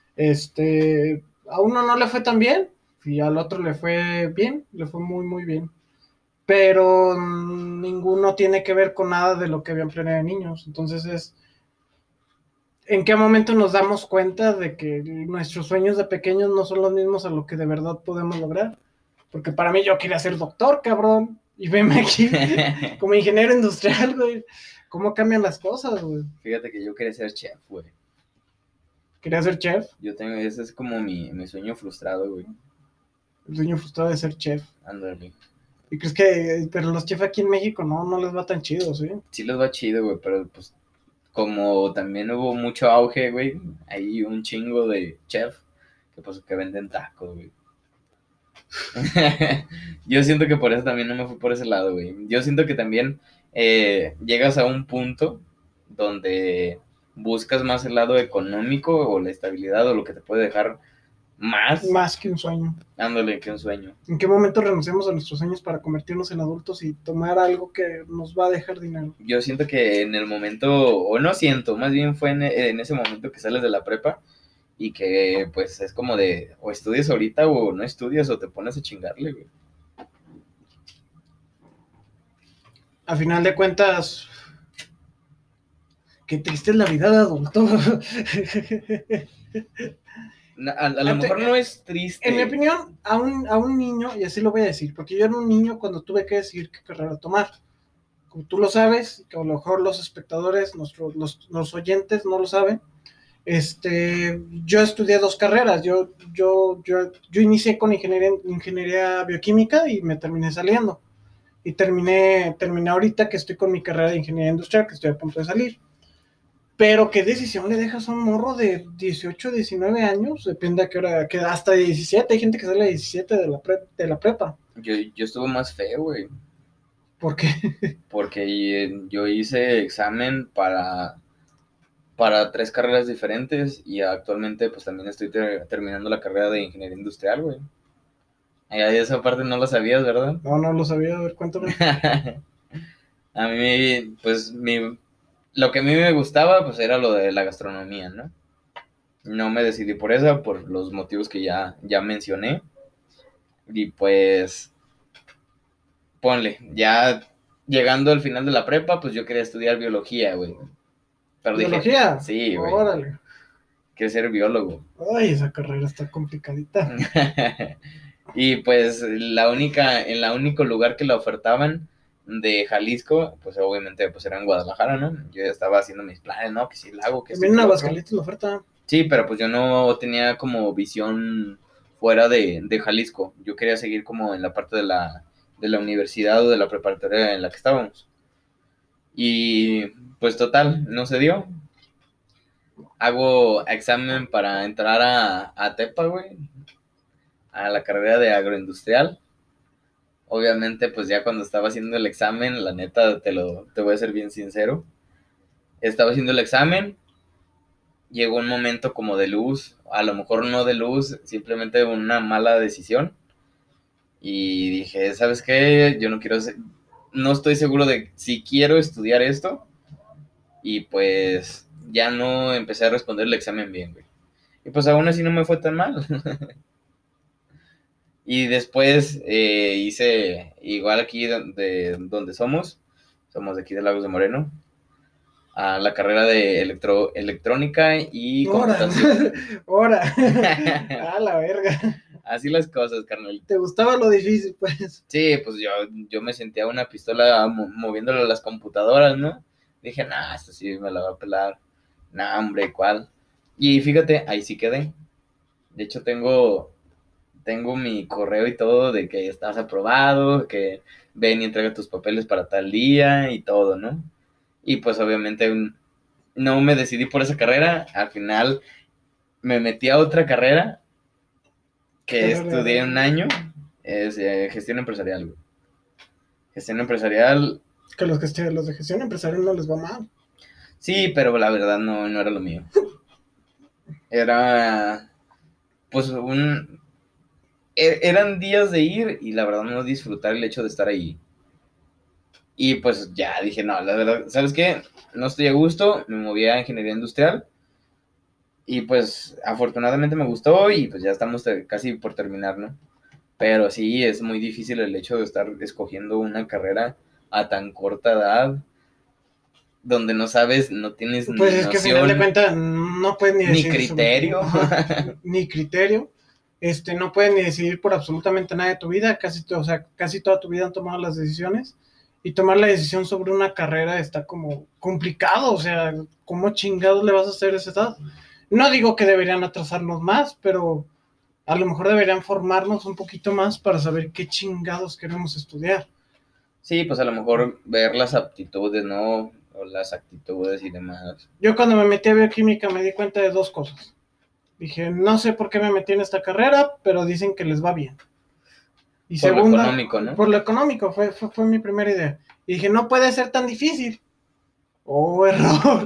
Este, a uno no le fue tan bien y al otro le fue bien, le fue muy muy bien. Pero mmm, ninguno tiene que ver con nada de lo que habían planeado de niños. Entonces es, ¿en qué momento nos damos cuenta de que nuestros sueños de pequeños no son los mismos a lo que de verdad podemos lograr? Porque para mí yo quería ser doctor, cabrón, y veme aquí como ingeniero industrial, güey. ¿Cómo cambian las cosas, güey?
Fíjate que yo quería ser chef, güey.
¿Querías ser chef?
Yo tengo, ese es como mi, mi sueño frustrado, güey.
El sueño frustrado de ser chef.
Ándale.
¿Y crees que, pero los chefs aquí en México no, no les va tan chido, sí?
Sí les va chido, güey, pero pues como también hubo mucho auge, güey, hay un chingo de chef que pues que venden tacos, güey. Yo siento que por eso también no me fui por ese lado, güey. Yo siento que también eh, llegas a un punto donde buscas más el lado económico o la estabilidad o lo que te puede dejar más.
Más que un sueño.
Ándale, que un sueño.
¿En qué momento renunciamos a nuestros sueños para convertirnos en adultos y tomar algo que nos va a dejar dinero?
Yo siento que en el momento, o no siento, más bien fue en, en ese momento que sales de la prepa y que pues es como de o estudias ahorita o no estudias o te pones a chingarle, güey.
A final de cuentas, qué triste es la vida de adulto.
A, a, a lo Ante, mejor no es triste.
En mi opinión, a un, a un niño, y así lo voy a decir, porque yo era un niño cuando tuve que decidir qué carrera tomar. Como tú lo sabes, que a lo mejor los espectadores, nuestros, los, los oyentes no lo saben, este, yo estudié dos carreras. Yo, yo, yo, yo inicié con ingeniería, ingeniería bioquímica y me terminé saliendo. Y terminé, terminé ahorita que estoy con mi carrera de ingeniería industrial, que estoy a punto de salir. Pero qué decisión le dejas a un morro de dieciocho, diecinueve años, depende a qué hora, que hasta diecisiete, hay gente que sale a diecisiete de la, pre, de la prepa.
Yo, yo estuve más feo, güey.
¿Por qué?
Porque yo hice examen para, para tres carreras diferentes y actualmente pues también estoy ter, terminando la carrera de ingeniería industrial, güey. Y esa parte no lo sabías, ¿verdad?
No, no lo sabía, a ver, cuéntame.
A mí, pues, mi, lo que a mí me gustaba, pues, era lo de la gastronomía, ¿no? No me decidí por esa, por los motivos que ya, ya mencioné. Y pues, ponle, ya llegando al final de la prepa, pues yo quería estudiar biología, güey. Pero dije,
¿Biología?
sí, güey,
Órale.
quiero ser biólogo.
Ay, esa carrera está complicadita.
Y pues la única, en la único lugar que la ofertaban de Jalisco, pues obviamente pues era en Guadalajara, ¿no? Yo ya estaba haciendo mis planes, ¿no? Que si el lago, que esto y
También
que
en
lo otro.
Aguascalientes la oferta.
Sí, pero pues yo no tenía como visión fuera de, de Jalisco. Yo quería seguir como en la parte de la, de la universidad o de la preparatoria en la que estábamos. Y pues total, no se dio. Hago examen para entrar a, a Tepa, güey, a la carrera de agroindustrial. Obviamente, pues ya cuando estaba haciendo el examen, la neta, te lo te voy a ser bien sincero. Estaba haciendo el examen, llegó un momento como de luz, a lo mejor no de luz, simplemente una mala decisión. Y dije, ¿sabes qué? Yo no quiero, ser, no estoy seguro de si quiero estudiar esto. Y pues ya no empecé a responder el examen bien, güey. Y pues aún así no me fue tan mal. Y después eh, hice, igual aquí de donde somos, somos de aquí de Lagos de Moreno, a la carrera de electro, electrónica y
Ahora,
computación.
ahora. A la verga.
Así las cosas, carnal.
¿Te gustaba lo difícil, pues?
Sí, pues yo, yo me sentía una pistola mo- moviéndole a las computadoras, ¿no? Dije, nah, esto sí me la va a pelar. Nah, hombre, ¿cuál? Y fíjate, ahí sí quedé. De hecho, tengo, tengo mi correo y todo de que estás aprobado, que ven y entrega tus papeles para tal día y todo, ¿no? Y pues obviamente mm, no me decidí por esa carrera. Al final me metí a otra carrera
¿Qué
que
carrera
estudié
era?
un año, es eh, gestión empresarial, güey. Gestión empresarial,
Que los, que los de gestión empresarial no les va mal.
sí, pero la verdad no, no era lo mío. Era, pues, un... e- Eran días de ir y la verdad no disfrutar el hecho de estar ahí. Y pues ya dije, no, la verdad, ¿sabes qué? No estoy a gusto, me moví a ingeniería industrial y pues afortunadamente me gustó y pues ya estamos te- casi por terminar, ¿no? Pero sí, es muy difícil el hecho de estar escogiendo una carrera a tan corta edad, donde no sabes, no tienes
Pues
ni
es que al final de
noción,
cuentas no puedes ni
ni
decidir sobre tu,
criterio.
ajá, ni criterio, este, no puedes ni decidir por absolutamente nada de tu vida, casi, to- o sea, casi toda tu vida han tomado las decisiones, y tomar la decisión sobre una carrera está como complicado, o sea, ¿cómo chingados le vas a hacer a esa edad? No digo que deberían atrasarnos más, pero a lo mejor deberían formarnos un poquito más para saber qué chingados queremos estudiar.
Sí, pues a lo mejor ver las aptitudes, ¿no? O las actitudes y demás.
Yo cuando me metí a bioquímica me di cuenta de dos cosas. Dije, no sé por qué me metí en esta carrera, pero dicen que les va bien. Y
Por lo
segunda,
económico, ¿no?
por lo económico, fue, fue, fue mi primera idea. Y dije, no puede ser tan difícil. Oh, error.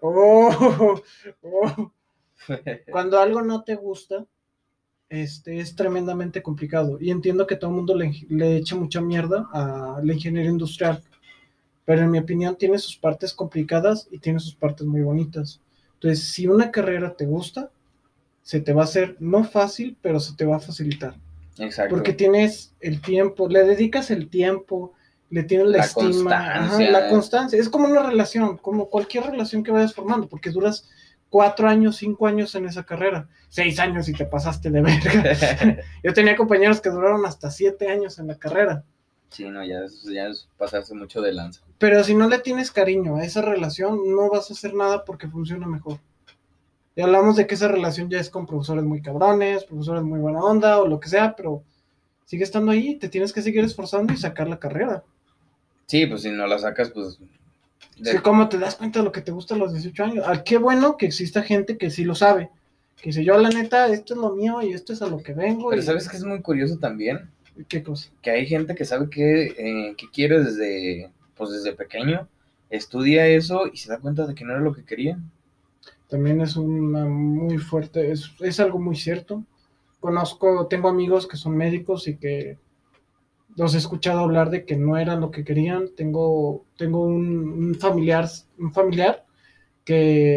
Oh, oh. Cuando algo no te gusta, este, es tremendamente complicado. Y entiendo que todo el mundo le, le echa mucha mierda a la ingeniería industrial. Pero en mi opinión tiene sus partes complicadas y tiene sus partes muy bonitas. Entonces, si una carrera te gusta, se te va a hacer no fácil, pero se te va a facilitar. Porque
Exacto.
tienes el tiempo, le dedicas el tiempo, le tienes la
La
estima, ajá, la
constancia.
constancia. Es como una relación, como cualquier relación que vayas formando, porque duras cuatro años, cinco años en esa carrera, seis años y te pasaste de verga. Yo tenía compañeros que duraron hasta siete años en la carrera.
Sí, no, ya es, ya es pasarse mucho de lanza.
Pero si no le tienes cariño a esa relación, no vas a hacer nada porque funciona mejor. Y hablamos de que esa relación ya es con profesores muy cabrones, profesores muy buena onda o lo que sea, pero sigue estando ahí, te tienes que seguir esforzando y sacar la carrera.
Sí, pues si no la sacas, pues...
Es que
De...
cómo te das cuenta de lo que te gusta a los dieciocho años. Ah, qué bueno que exista gente que sí lo sabe. Que dice, yo la neta, esto es lo mío y esto es a lo que vengo.
Pero
Y
¿sabes qué es muy curioso también?
qué cosa.
Que hay gente que sabe que, eh, que quiere desde, pues desde pequeño, estudia eso y se da cuenta de que no era lo que quería.
También es una muy fuerte, es, es algo muy cierto. Conozco, tengo amigos que son médicos y que los he escuchado hablar de que no eran lo que querían. Tengo, tengo un, un familiar, un familiar que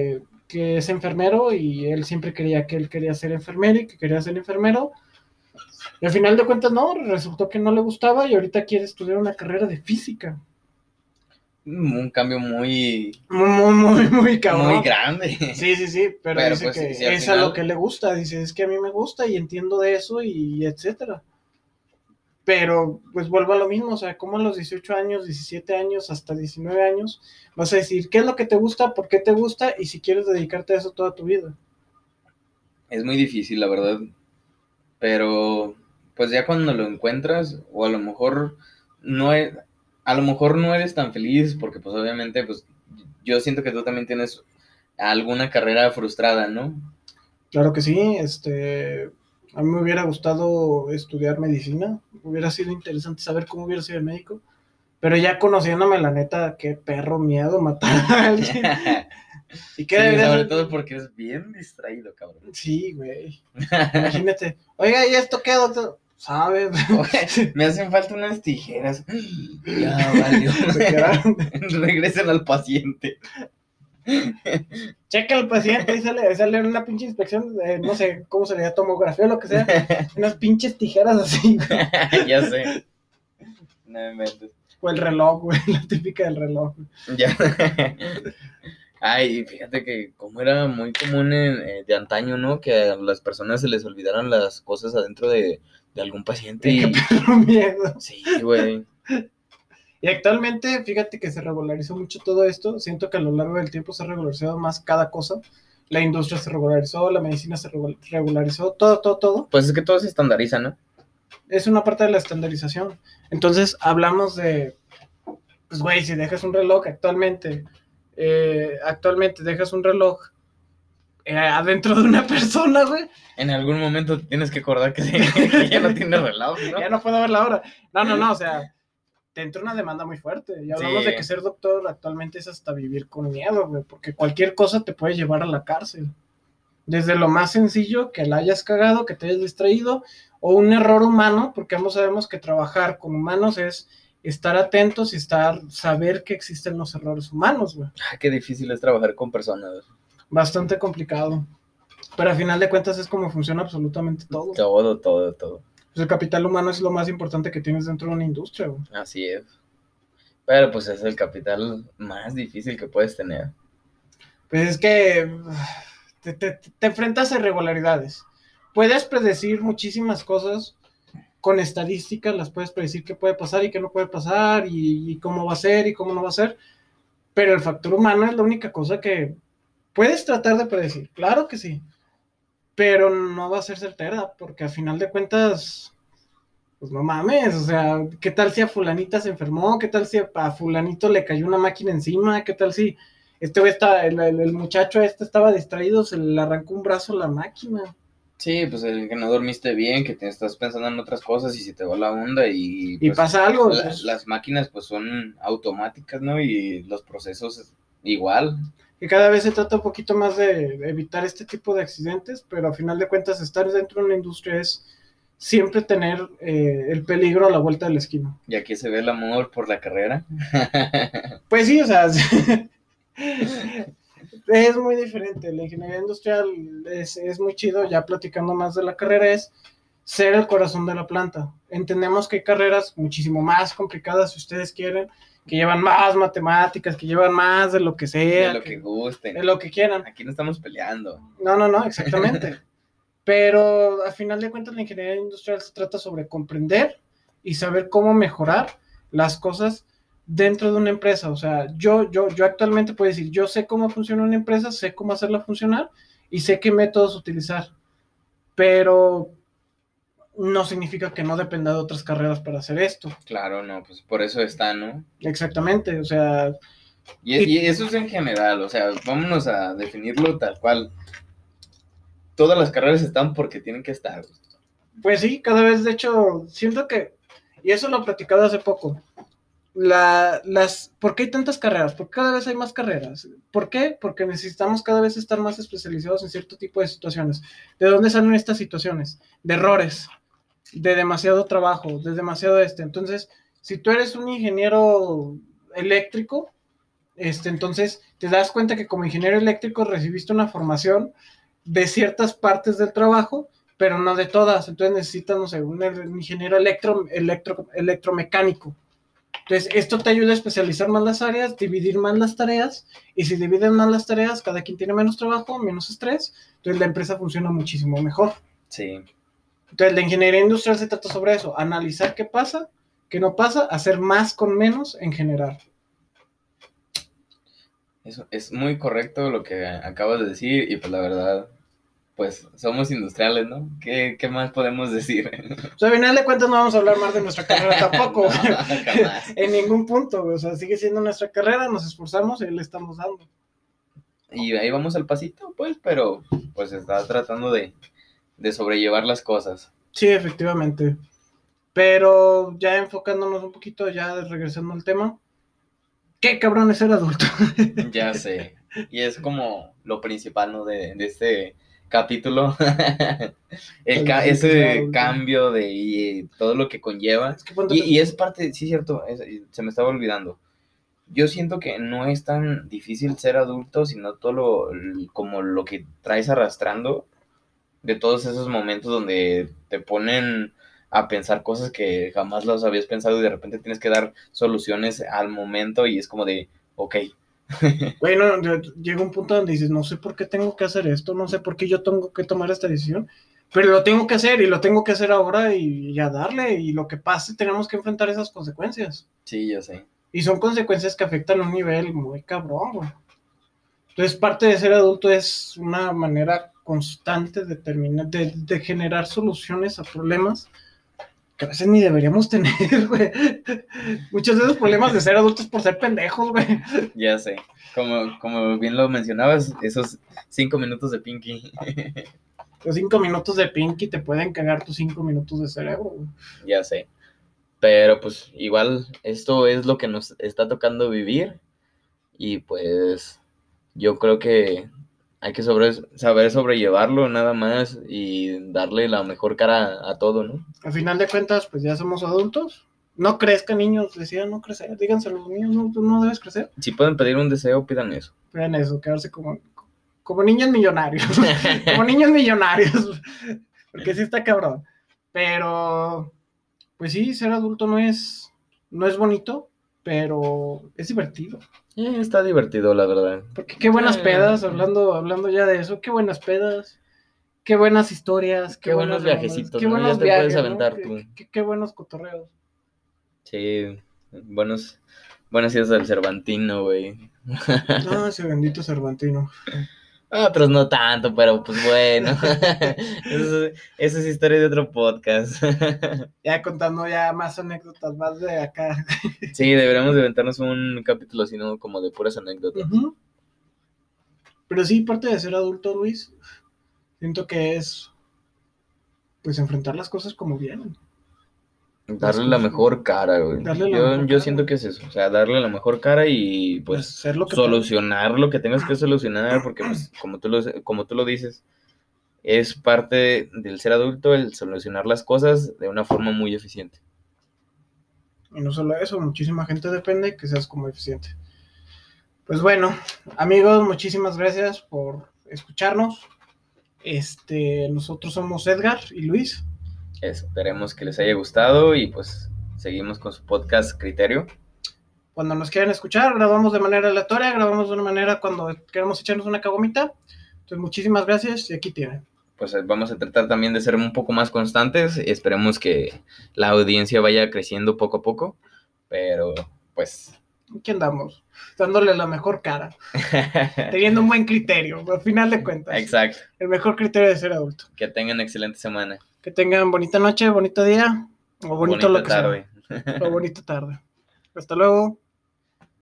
que es enfermero y él siempre quería que él quería ser enfermero y que quería ser enfermero. Y al final de cuentas no, resultó que no le gustaba y ahorita quiere estudiar una carrera de física.
Un cambio muy,
Muy, muy, muy, muy cabrón.
muy grande.
Sí, sí, sí, pero,
Pero
dice
pues,
que
sí, sí, al
es
final-
a lo que le gusta. Dice, es que a mí me gusta y entiendo de eso y etcétera. Pero pues vuelvo a lo mismo, o sea, como a los dieciocho años, diecisiete años, hasta diecinueve años, vas a decir qué es lo que te gusta, por qué te gusta y si quieres dedicarte a eso toda tu vida.
Es muy difícil, la verdad. Pero pues ya cuando lo encuentras, o a lo mejor no es, a lo mejor no eres tan feliz, porque pues obviamente, pues yo siento que tú también tienes alguna carrera frustrada, ¿no?
Claro que sí, este, a mí me hubiera gustado estudiar medicina, hubiera sido interesante saber cómo hubiera sido el médico, pero ya conociéndome, la neta, qué perro miedo matar a alguien. ¿Y qué
Sí,
debería
sobre
ser?
todo porque es bien distraído, cabrón.
Sí, güey. Imagínate, oiga, ¿y esto qué, doctor? ¿Sabes?
Oye, me hacen falta unas tijeras. Ya valió.
Se quedaron.
Regresen al paciente.
Checa al paciente y sale, sale una pinche inspección, de, no sé cómo se le llama, tomografía o lo que sea, unas pinches tijeras así, güey.
Ya sé. No me metes.
O el reloj, güey, la típica del reloj. Güey.
Ya. Ay, fíjate que como era muy común en, eh, de antaño, ¿no? Que a las personas se les olvidaran las cosas adentro de, de algún paciente.
Qué
Y
perro miedo.
sí, güey.
Y actualmente, fíjate que se regularizó mucho todo esto. Siento que a lo largo del tiempo se ha regularizado más cada cosa. La industria se regularizó, la medicina se regularizó, todo, todo, todo.
Pues es que todo se estandariza, ¿no?
Es una parte de la estandarización. Entonces, hablamos de, pues, güey, si dejas un reloj actualmente, eh, actualmente dejas un reloj eh, adentro de una persona, güey.
En algún momento tienes que acordar que, que ya no tiene reloj, ¿no?
Ya no puedo ver la hora. No, no, no, o sea, te entra una demanda muy fuerte. Y hablamos
Sí.
de que ser doctor actualmente es hasta vivir con miedo, güey, porque cualquier cosa te puede llevar a la cárcel. Desde lo más sencillo, que la hayas cagado, que te hayas distraído, o un error humano, porque ambos sabemos que trabajar con humanos es estar atentos y estar, saber que existen los errores humanos, güey.
Ay, qué difícil es trabajar con personas.
Bastante complicado. Pero al final de cuentas es como funciona absolutamente todo.
Todo, todo, todo.
Pues el capital humano es lo más importante que tienes dentro de una industria, güey.
Así es. Pero pues es el capital más difícil que puedes tener.
Pues es que te, te, te enfrentas a irregularidades. Puedes predecir muchísimas cosas con estadísticas, las puedes predecir qué puede pasar y qué no puede pasar y, y cómo va a ser y cómo no va a ser, pero el factor humano es la única cosa que puedes tratar de predecir, claro que sí, pero no va a ser certera, porque al final de cuentas, pues no mames, o sea, ¿qué tal si a fulanita se enfermó? ¿Qué tal si a fulanito le cayó una máquina encima? ¿Qué tal si este güey está, el, el, el muchacho este estaba distraído, se le arrancó un brazo a la máquina?
Sí, pues el que no dormiste bien, que te estás pensando en otras cosas y se te va la onda y...
Y
pues,
pasa algo.
la-
Pues,
las máquinas pues son automáticas, ¿no? Y los procesos igual.
que cada vez se trata un poquito más de evitar este tipo de accidentes, pero a final de cuentas estar dentro de una industria es siempre tener eh, el peligro a la vuelta de la esquina.
Y aquí se ve el amor por la carrera.
Pues sí, o sea, es muy diferente. La ingeniería industrial es, es muy chido, ya platicando más de la carrera, es ser el corazón de la planta. Entendemos que hay carreras muchísimo más complicadas, si ustedes quieren, que llevan más matemáticas, que llevan más de lo que sea.
De lo que, que gusten.
De lo que quieran.
Aquí no estamos peleando.
No, no, no, exactamente. Pero a final de cuentas la ingeniería industrial se trata sobre comprender y saber cómo mejorar las cosas dentro de una empresa. O sea, yo, yo, yo actualmente puedo decir, yo sé cómo funciona una empresa, sé cómo hacerla funcionar y sé qué métodos utilizar. Pero no significa que no dependa de otras carreras para hacer esto.
Claro, no, pues por eso está, ¿no?
Exactamente, o sea...
Y, y eso es en general, o sea, vámonos a definirlo tal cual. Todas las carreras están porque tienen que estar.
Pues sí, cada vez, de hecho, siento que, y eso lo he platicado hace poco, la, las, ¿por qué hay tantas carreras? ¿Por qué cada vez hay más carreras? ¿Por qué? Porque necesitamos cada vez estar más especializados en cierto tipo de situaciones. ¿De dónde salen estas situaciones? De errores, de demasiado trabajo, de demasiado este. Entonces, si tú eres un ingeniero eléctrico, Este, entonces, te das cuenta que como ingeniero eléctrico recibiste una formación de ciertas partes del trabajo, pero no de todas. Entonces necesitas, no sé, un ingeniero electro, electro, electromecánico. Entonces, esto te ayuda a especializar más las áreas, dividir más las tareas, y si dividen más las tareas, cada quien tiene menos trabajo, menos estrés, entonces la empresa funciona muchísimo mejor.
Sí.
Entonces, la ingeniería industrial se trata sobre eso, analizar qué pasa, qué no pasa, hacer más con menos en general.
Eso es muy correcto lo que acabas de decir, y pues la verdad, pues somos industriales, ¿no? ¿Qué, qué más podemos decir?
O sea, al final de cuentas no vamos a hablar más de nuestra carrera tampoco.
No, jamás.
En ningún punto, o sea, sigue siendo nuestra carrera, nos esforzamos y le estamos dando.
Y ahí vamos al pasito, pues, pero pues está tratando de, de sobrellevar las cosas.
Sí, efectivamente. Pero ya enfocándonos un poquito, ya regresando al tema, qué cabrón es ser adulto.
Ya sé. Y es como lo principal, ¿no? De, de este capítulo. El ca-
Sí,
ese
claro.
cambio de y todo lo que conlleva.
Es que ponte-
Y, y es parte, sí, cierto, es- se me estaba olvidando. Yo siento que no es tan difícil ser adulto, sino todo lo, como lo que traes arrastrando de todos esos momentos donde te ponen a pensar cosas que jamás las habías pensado y de repente tienes que dar soluciones al momento y es como de, ok.
Bueno, llega un punto donde dices, no sé por qué tengo que hacer esto, no sé por qué yo tengo que tomar esta decisión, pero lo tengo que hacer y lo tengo que hacer ahora y ya darle, y lo que pase tenemos que enfrentar esas consecuencias.
Sí, yo sé.
Y son consecuencias que afectan a un nivel muy cabrón, güey. Entonces, parte de ser adulto es una manera constante de, terminar, de, de generar soluciones a problemas que a veces ni deberíamos tener, güey. Muchos de esos problemas de ser adultos por ser pendejos, güey.
Ya sé. Como, como bien lo mencionabas, esos cinco minutos de Pinky.
Los cinco minutos de Pinky te pueden cagar tus cinco minutos de cerebro, güey.
Ya sé. Pero pues igual esto es lo que nos está tocando vivir y pues yo creo que hay que sobre, saber sobrellevarlo nada más y darle la mejor cara a todo, ¿no?
Al final de cuentas, pues ya somos adultos. No crezcan, niños, decían, no crecer. Díganse a los niños, no, tú no debes crecer.
Si pueden pedir un deseo, pidan eso.
Vean eso, quedarse como, como niños millonarios. Como niños millonarios. Porque sí está cabrón. Pero, pues sí, ser adulto no es, no es bonito, pero es divertido.
Eh, está divertido, la verdad.
Porque qué buenas
Eh.
pedas, hablando, hablando ya de eso, qué buenas pedas. Qué buenas historias, qué,
Qué
buenos
buenos viajecitos,
qué
¿no?
buenos
Ya te
viajes,
puedes
¿no?
aventar
Qué,
tú.
qué, qué buenos cotorreos.
Sí, buenos, buenas ideas del Cervantino, güey.
No, ese bendito Cervantino.
Otros no tanto, pero pues bueno. Eso, eso es historia de otro podcast.
Ya contando ya más anécdotas, más de acá.
Sí, deberíamos de inventarnos un capítulo así, ¿no? Como de puras anécdotas.
Uh-huh. Pero sí, parte de ser adulto, Luis, siento que es, pues, enfrentar las cosas como vienen.
Darle la mejor cara, güey.
Darle la
Yo,
mejor
yo
cara.
siento que es eso. O sea, darle la mejor cara y pues
Hacer lo que
solucionar lo que tengas que solucionar. Porque pues como tú lo, como tú lo dices, es parte del ser adulto el solucionar las cosas de una forma muy eficiente.
Y no solo eso, muchísima gente depende que seas como eficiente. Pues bueno, amigos, muchísimas gracias por escucharnos. Este, nosotros somos Edgar y Luis.
Esperemos que les haya gustado y pues seguimos con su podcast Criterio.
Cuando nos quieran escuchar, grabamos de manera aleatoria, grabamos de una manera cuando queremos echarnos una cagomita. Entonces, muchísimas gracias y aquí tienen.
Pues vamos a tratar también de ser un poco más constantes. Esperemos que la audiencia vaya creciendo poco a poco. Pero pues...
Aquí andamos, dándole la mejor cara. Teniendo un buen criterio, al final de cuentas.
Exacto.
El mejor criterio de ser adulto.
Que tengan excelente semana.
Que tengan bonita noche, bonito día, o bonito
bonita
lo que
tarde.
sea. O bonita tarde. Hasta luego.